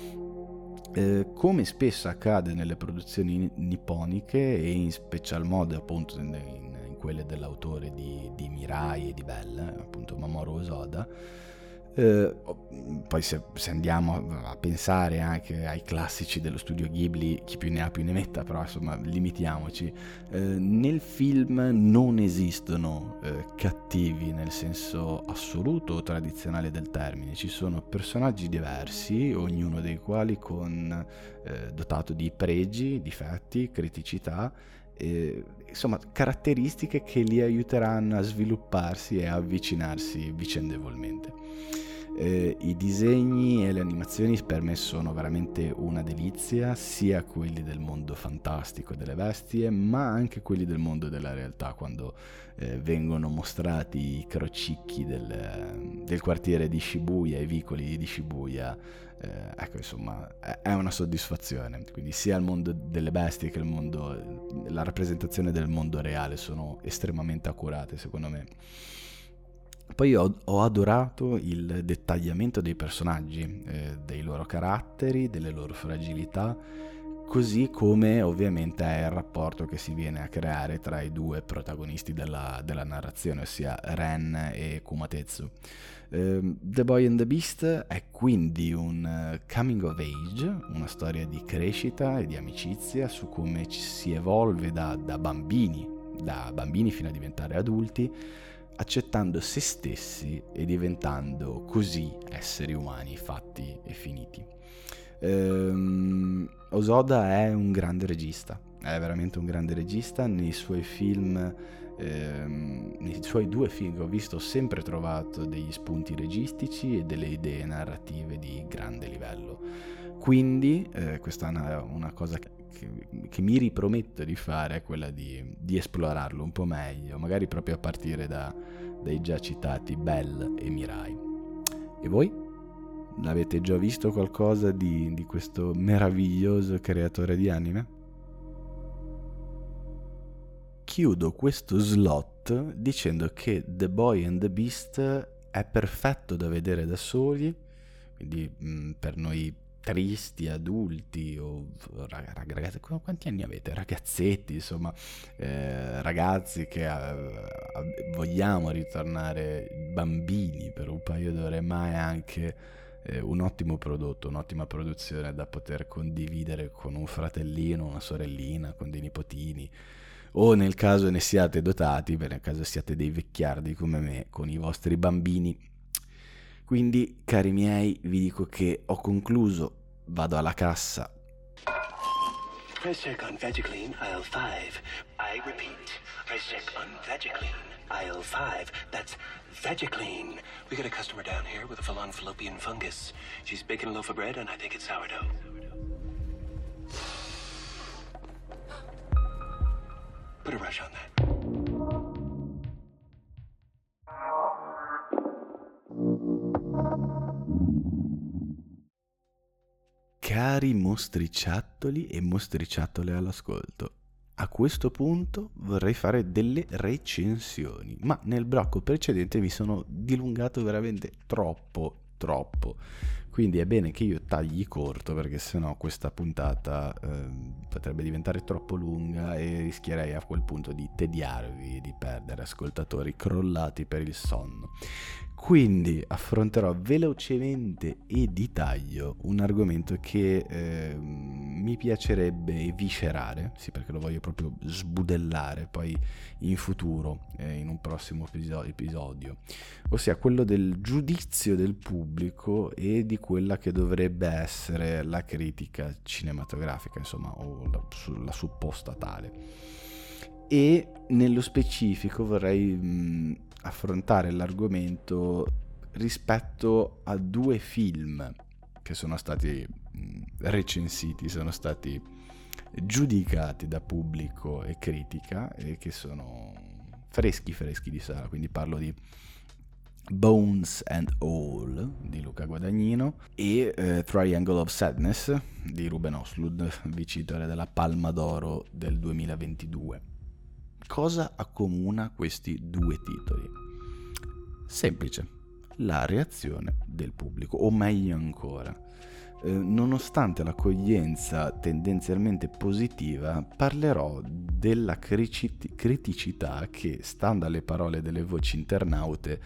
Eh, come spesso accade nelle produzioni nipponiche e in special modo appunto in, in, in quelle dell'autore di, di Mirai e di Bell, appunto Mamoru Hosoda, Eh, poi se, se andiamo a pensare anche ai classici dello studio Ghibli, chi più ne ha più ne metta, però insomma limitiamoci. Eh, nel film non esistono eh, cattivi nel senso assoluto o tradizionale del termine, ci sono personaggi diversi, ognuno dei quali con eh, dotato di pregi, difetti, criticità, eh, insomma caratteristiche che li aiuteranno a svilupparsi e a avvicinarsi vicendevolmente. Eh, I disegni e le animazioni per me sono veramente una delizia, sia quelli del mondo fantastico delle bestie, ma anche quelli del mondo della realtà, quando eh, vengono mostrati i crocicchi del, del quartiere di Shibuya, i vicoli di Shibuya. Eh, ecco, insomma, è, è una soddisfazione. Quindi sia il mondo delle bestie che il mondo, la rappresentazione del mondo reale sono estremamente accurate, secondo me. Poi ho, ho adorato il dettagliamento dei personaggi, eh, dei loro caratteri, delle loro fragilità, così come ovviamente è il rapporto che si viene a creare tra i due protagonisti della, della narrazione, ossia Ren e Kumatetsu. Uh, The Boy and the Beast è quindi un uh, coming of age, una storia di crescita e di amicizia su come ci si evolve da, da bambini, da bambini fino a diventare adulti, accettando se stessi e diventando così esseri umani fatti e finiti. Ehm, Osoda è un grande regista, è veramente un grande regista. Nei suoi film, ehm, nei suoi due film che ho visto, ho sempre trovato degli spunti registici e delle idee narrative di grande livello. Quindi eh, questa è una, una cosa che, che mi riprometto di fare, è quella di, di esplorarlo un po' meglio, magari proprio a partire da, dai già citati Bell e Mirai. E voi? L'avete già visto qualcosa di, di questo meraviglioso creatore di anime? Chiudo questo slot dicendo che The Boy and the Beast è perfetto da vedere da soli, quindi mh, per noi tristi, adulti o ragazzi, quanti anni avete? Ragazzetti, insomma, eh, ragazzi che eh, vogliamo ritornare bambini per un paio d'ore, ma è anche eh, un ottimo prodotto, un'ottima produzione da poter condividere con un fratellino, una sorellina, con dei nipotini, o nel caso ne siate dotati, nel caso siate dei vecchiardi come me, con i vostri bambini. Quindi, cari miei, vi dico che ho concluso, vado alla cassa. Price check on VegiClean, aisle five. I repeat, price check on VegiClean, aisle five. That's VegiClean. We got a customer down here with a full-on fallopian fungus. She's baking a loaf of bread and I think it's sourdough. Put a rush on that. Cari mostriciattoli e mostriciattole all'ascolto, a questo punto vorrei fare delle recensioni, ma nel blocco precedente mi sono dilungato veramente troppo, troppo. Quindi è bene che io tagli corto, perché sennò questa puntata eh, potrebbe diventare troppo lunga e rischierei a quel punto di tediarvi e di perdere ascoltatori crollati per il sonno. Quindi affronterò velocemente e di taglio un argomento che eh, mi piacerebbe eviscerare, sì, perché lo voglio proprio sbudellare poi in futuro, eh, in un prossimo episodio, ossia quello del giudizio del pubblico e di quella che dovrebbe essere la critica cinematografica, insomma, o la, la supposta tale. E nello specifico vorrei mh, affrontare l'argomento rispetto a due film che sono stati mh, recensiti, sono stati giudicati da pubblico e critica e che sono freschi freschi di sala. Quindi parlo di Bones and All di Luca Guadagnino e eh, Triangle of Sadness di Ruben Östlund, vincitore della Palma d'Oro del duemilaventidue. Cosa accomuna questi due titoli? Semplice, la reazione del pubblico, o meglio ancora, eh, nonostante l'accoglienza tendenzialmente positiva, parlerò della criticità che, stando alle parole delle voci internaute,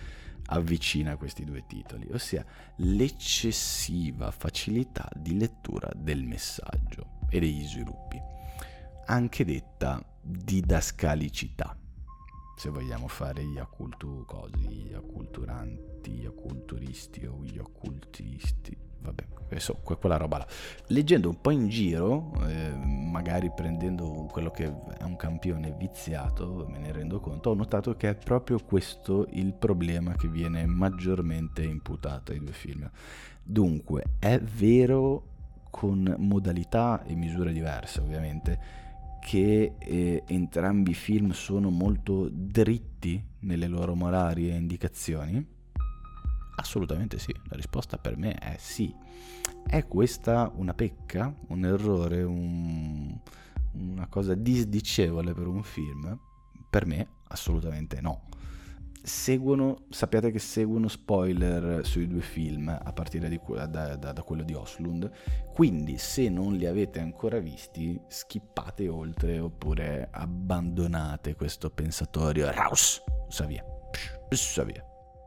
avvicina questi due titoli, ossia l'eccessiva facilità di lettura del messaggio e degli sviluppi, anche detta didascalicità, se vogliamo fare gli accultu cosi, gli acculturanti, gli acculturisti o gli occultisti, vabbè, questo, quella roba là. Leggendo un po' in giro, eh, magari prendendo quello che è un campione viziato, me ne rendo conto, ho notato che è proprio questo il problema che viene maggiormente imputato ai due film. Dunque, è vero, con modalità e misure diverse ovviamente, che eh, entrambi i film sono molto dritti nelle loro morali e indicazioni? Assolutamente sì, la risposta per me è sì. È questa una pecca, un errore, un, una cosa disdicevole per un film? Per me assolutamente no. Seguono, sappiate che seguono spoiler sui due film a partire di, da, da, da quello di Oslund, quindi se non li avete ancora visti skippate oltre oppure abbandonate questo pensatorio. Raus, sa via, sa via.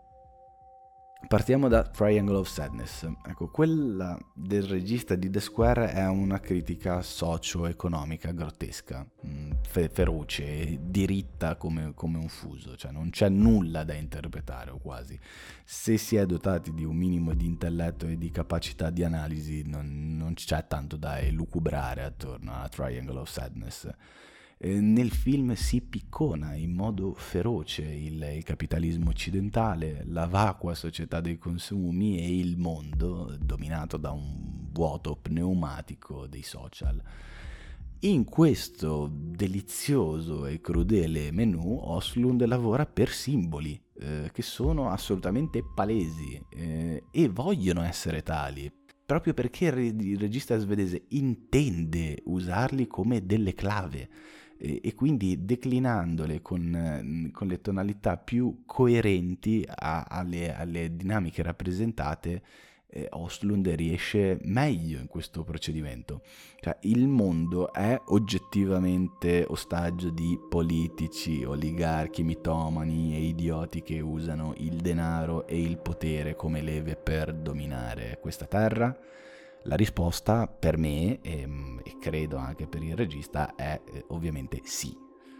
Partiamo da Triangle of Sadness. Ecco, quella del regista di The Square è una critica socio-economica grottesca, fe- feroce, diritta come, come un fuso, cioè non c'è nulla da interpretare o quasi. Se si è dotati di un minimo di intelletto e di capacità di analisi non, non c'è tanto da elucubrare attorno a Triangle of Sadness. Nel film si piccona in modo feroce il, il capitalismo occidentale, la vacua società dei consumi e il mondo dominato da un vuoto pneumatico dei social. In questo delizioso e crudele menù Oslund lavora per simboli eh, che sono assolutamente palesi eh, e vogliono essere tali, proprio perché il, re- il regista svedese intende usarli come delle clave. E quindi declinandole con, con le tonalità più coerenti a, alle, alle dinamiche rappresentate, eh, Oslund riesce meglio in questo procedimento. Cioè, il mondo è oggettivamente ostaggio di politici, oligarchi, mitomani e idioti che usano il denaro e il potere come leve per dominare questa terra? La risposta per me, e, e credo anche per il regista, è eh, ovviamente sì.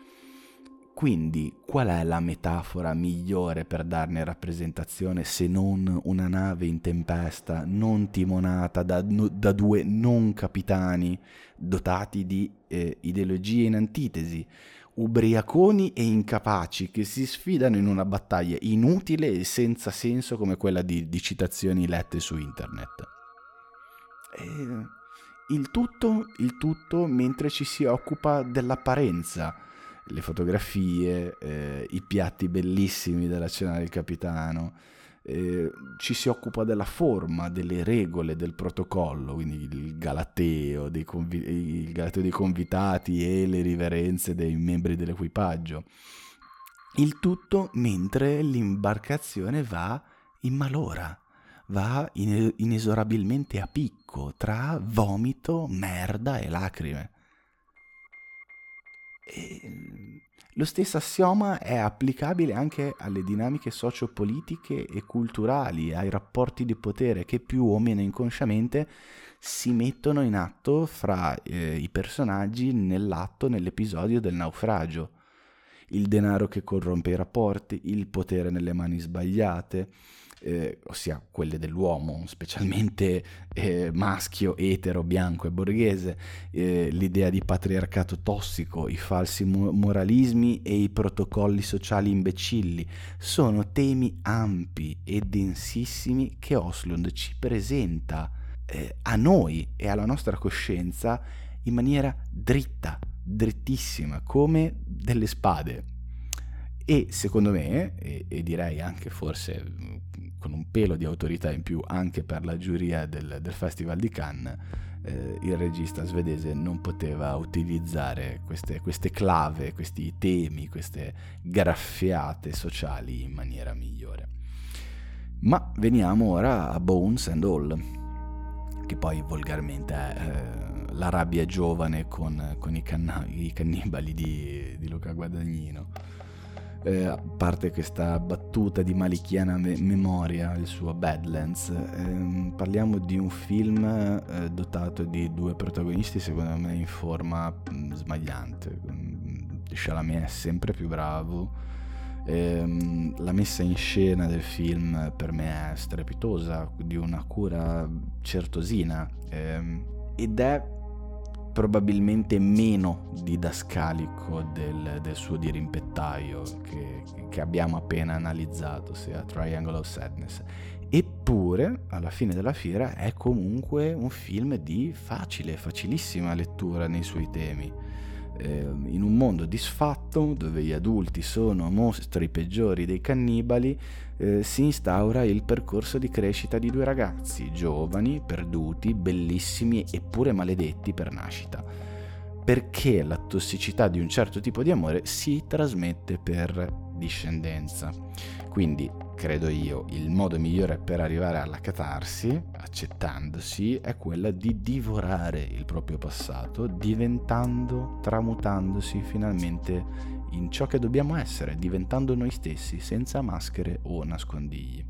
Quindi qual è la metafora migliore per darne rappresentazione se non una nave in tempesta non timonata da, da due non capitani dotati di eh, ideologie in antitesi, ubriaconi e incapaci che si sfidano in una battaglia inutile e senza senso come quella di, di citazioni lette su internet? Eh, il tutto, il tutto mentre ci si occupa dell'apparenza, le fotografie, eh, i piatti bellissimi della cena del capitano, eh, ci si occupa della forma, delle regole, del protocollo, quindi il galateo dei, convi- il galateo dei convitati e le riverenze dei membri dell'equipaggio. Il tutto mentre l'imbarcazione va in malora. Va inesorabilmente a picco tra vomito, merda e lacrime. E lo stesso assioma è applicabile anche alle dinamiche sociopolitiche e culturali, ai rapporti di potere che più o meno inconsciamente si mettono in atto fra eh, i personaggi nell'atto, nell'episodio del naufragio. Il denaro che corrompe i rapporti, il potere nelle mani sbagliate, Eh, ossia quelle dell'uomo, specialmente eh, maschio, etero, bianco e borghese, eh, l'idea di patriarcato tossico, i falsi mo- moralismi e i protocolli sociali imbecilli, sono temi ampi e densissimi che Oslund ci presenta eh, a noi e alla nostra coscienza in maniera dritta, drittissima, come delle spade. E secondo me, e, e direi anche forse con un pelo di autorità in più anche per la giuria del, del Festival di Cannes, eh, il regista svedese non poteva utilizzare queste, queste clave, questi temi, queste graffiate sociali in maniera migliore. Ma veniamo ora a Bones and All, che poi volgarmente è eh, la rabbia giovane con, con i, canna- i cannibali di, di Luca Guadagnino. Eh, a parte questa battuta di malichiana me- memoria, il suo Badlands, ehm, parliamo di un film eh, dotato di due protagonisti secondo me in forma mh, smagliante. Chalamet è sempre più bravo, ehm, la messa in scena del film per me è strepitosa, di una cura certosina, ehm, ed è probabilmente meno didascalico del, del suo dirimpettaio che, che abbiamo appena analizzato, sia Triangle of Sadness. Eppure, alla fine della fiera, è comunque un film di facile, facilissima lettura nei suoi temi. Eh, in un mondo disfatto, dove gli adulti sono mostri peggiori dei cannibali, eh, si instaura il percorso di crescita di due ragazzi, giovani, perduti, bellissimi eppure maledetti per nascita, perché la tossicità di un certo tipo di amore si trasmette per discendenza. Quindi, credo io, il modo migliore per arrivare alla catarsi, accettandosi, è quella di divorare il proprio passato, diventando, tramutandosi finalmente in ciò che dobbiamo essere, diventando noi stessi, senza maschere o nascondigli.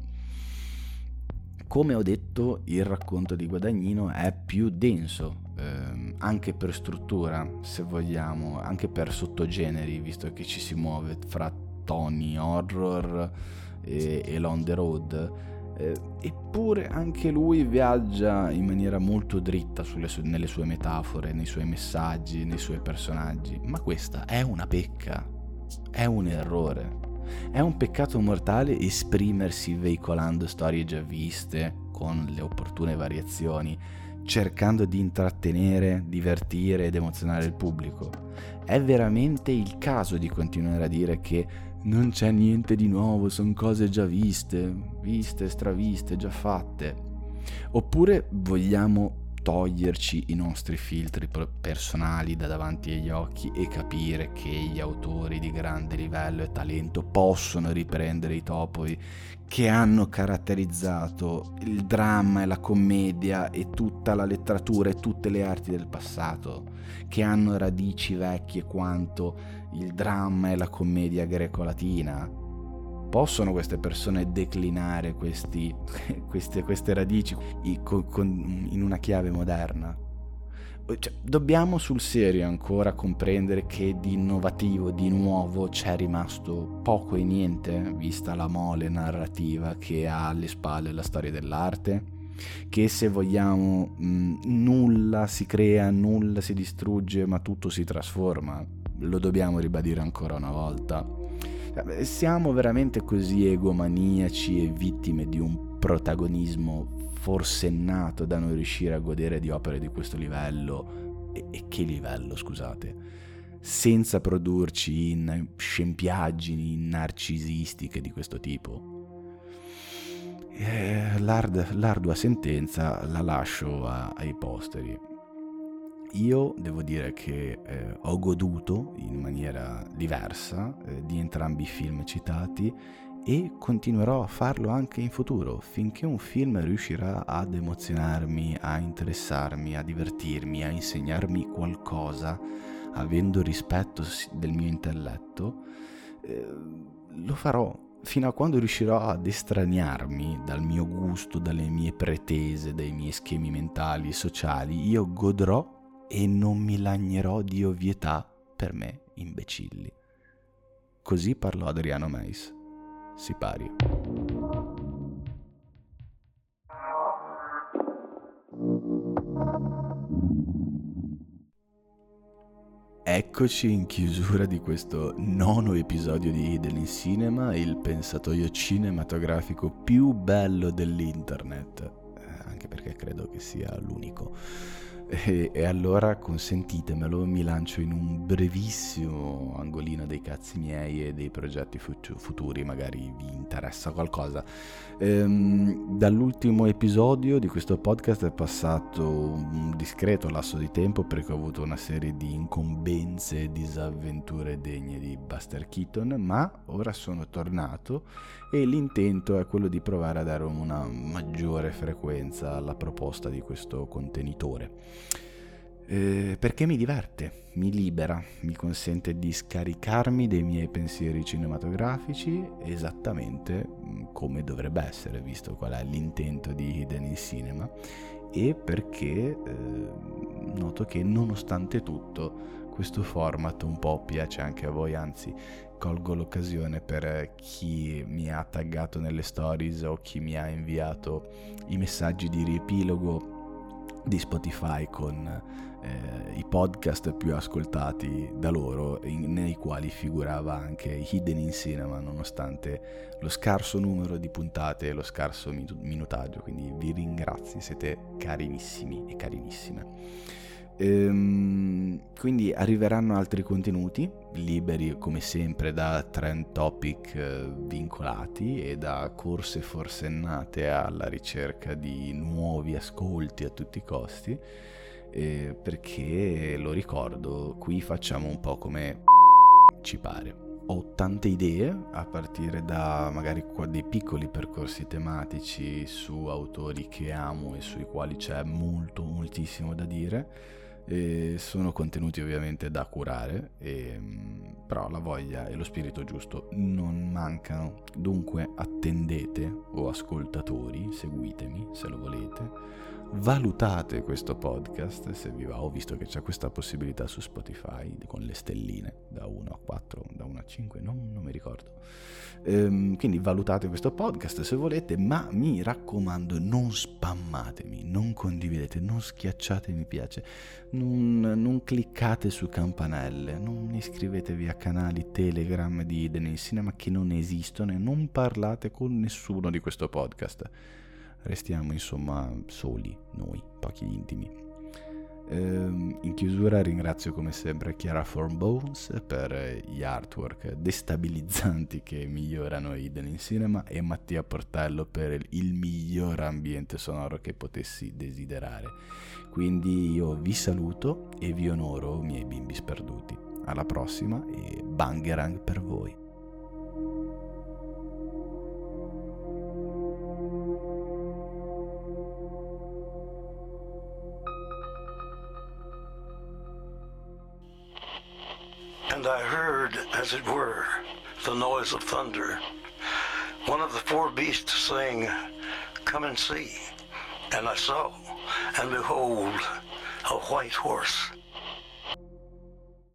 Come ho detto, il racconto di Guadagnino è più denso, ehm, anche per struttura, se vogliamo, anche per sottogeneri, visto che ci si muove fra toni horror e, e l'on the road, eh, eppure anche lui viaggia in maniera molto dritta sulle sue, nelle sue metafore, nei suoi messaggi, nei suoi personaggi. Ma questa è una pecca, è un errore, è un peccato mortale esprimersi veicolando storie già viste con le opportune variazioni, cercando di intrattenere, divertire ed emozionare il pubblico. È veramente il caso di continuare a dire che non c'è niente di nuovo, sono cose già viste, viste, straviste, già fatte? Oppure vogliamo toglierci i nostri filtri personali da davanti agli occhi e capire che gli autori di grande livello e talento possono riprendere i topoi che hanno caratterizzato il dramma e la commedia e tutta la letteratura e tutte le arti del passato, che hanno radici vecchie quanto il dramma e la commedia greco-latina? Possono queste persone declinare questi, queste, queste radici con, con, in una chiave moderna? Cioè, dobbiamo sul serio ancora comprendere che di innovativo, di nuovo, c'è rimasto poco e niente, vista la mole narrativa che ha alle spalle la storia dell'arte? Che se vogliamo mh, nulla si crea, nulla si distrugge, ma tutto si trasforma? Lo dobbiamo ribadire ancora una volta. Siamo veramente così egomaniaci e vittime di un protagonismo forsennato da non riuscire a godere di opere di questo livello, e, e che livello, scusate, senza produrci in scempiaggini narcisistiche di questo tipo? Eh, l'ard, l'ardua sentenza la lascio a, ai posteri. Io devo dire che eh, ho goduto in maniera diversa eh, di entrambi i film citati e continuerò a farlo anche in futuro, finché un film riuscirà ad emozionarmi, a interessarmi, a divertirmi, a insegnarmi qualcosa, avendo rispetto del mio intelletto, eh, lo farò fino a quando riuscirò ad estraniarmi dal mio gusto, dalle mie pretese, dai miei schemi mentali e sociali. Io godrò e non mi lagnerò di ovvietà per me imbecilli. Così parlò Adriano Meis. Sipario. Eccoci in chiusura di questo nono episodio di Hidden in Cinema, il pensatoio cinematografico più bello dell'internet, eh, anche perché credo che sia l'unico. E, e allora consentitemelo, mi lancio in un brevissimo angolino dei cazzi miei e dei progetti fut- futuri, magari vi interessa qualcosa. Ehm, dall'ultimo episodio di questo podcast è passato un discreto lasso di tempo, perché ho avuto una serie di incombenze e disavventure degne di Buster Keaton, ma ora sono tornato e l'intento è quello di provare a dare una maggiore frequenza alla proposta di questo contenitore. Eh, perché mi diverte, mi libera, mi consente di scaricarmi dei miei pensieri cinematografici esattamente come dovrebbe essere, visto qual è l'intento di Hidden in Cinema, e perché eh, noto che nonostante tutto questo format un po' piace anche a voi, anzi colgo l'occasione per chi mi ha taggato nelle stories o chi mi ha inviato i messaggi di riepilogo di Spotify con eh, i podcast più ascoltati da loro, in, nei quali figurava anche Hidden in Cinema, nonostante lo scarso numero di puntate e lo scarso minutaggio, quindi vi ringrazio, siete carinissimi e carinissime. Ehm, quindi arriveranno altri contenuti liberi come sempre da trend topic eh, vincolati e da corse forsennate alla ricerca di nuovi ascolti a tutti i costi, eh, perché lo ricordo, qui facciamo un po' come ci pare. Ho tante idee, a partire da magari dei piccoli percorsi tematici su autori che amo e sui quali c'è molto moltissimo da dire. E sono contenuti ovviamente da curare, e, però la voglia e lo spirito giusto non mancano. Dunque attendete, o ascoltatori, seguitemi se lo volete, valutate questo podcast se vi va. Ho visto che c'è questa possibilità su Spotify con le stelline da uno a quattro, da uno a cinque, non, non mi ricordo. Ehm, quindi valutate questo podcast se volete, ma mi raccomando non spammatemi, non condividete, non schiacciate mi piace, non, non cliccate su campanelle, non iscrivetevi a canali Telegram di Hidden in Cinema che non esistono, e non parlate con nessuno di questo podcast. Restiamo insomma soli, noi, pochi intimi. Ehm, in chiusura ringrazio come sempre Chiara Formbones per gli artwork destabilizzanti che migliorano Hidden in Cinema, e Mattia Portello per il miglior ambiente sonoro che potessi desiderare. Quindi io vi saluto e vi onoro, miei bimbi sperduti. Alla prossima e bangerang per voi. And I heard, as it were, the noise of thunder. One of the four beasts saying, "Come and see." And I saw, and behold, a white horse.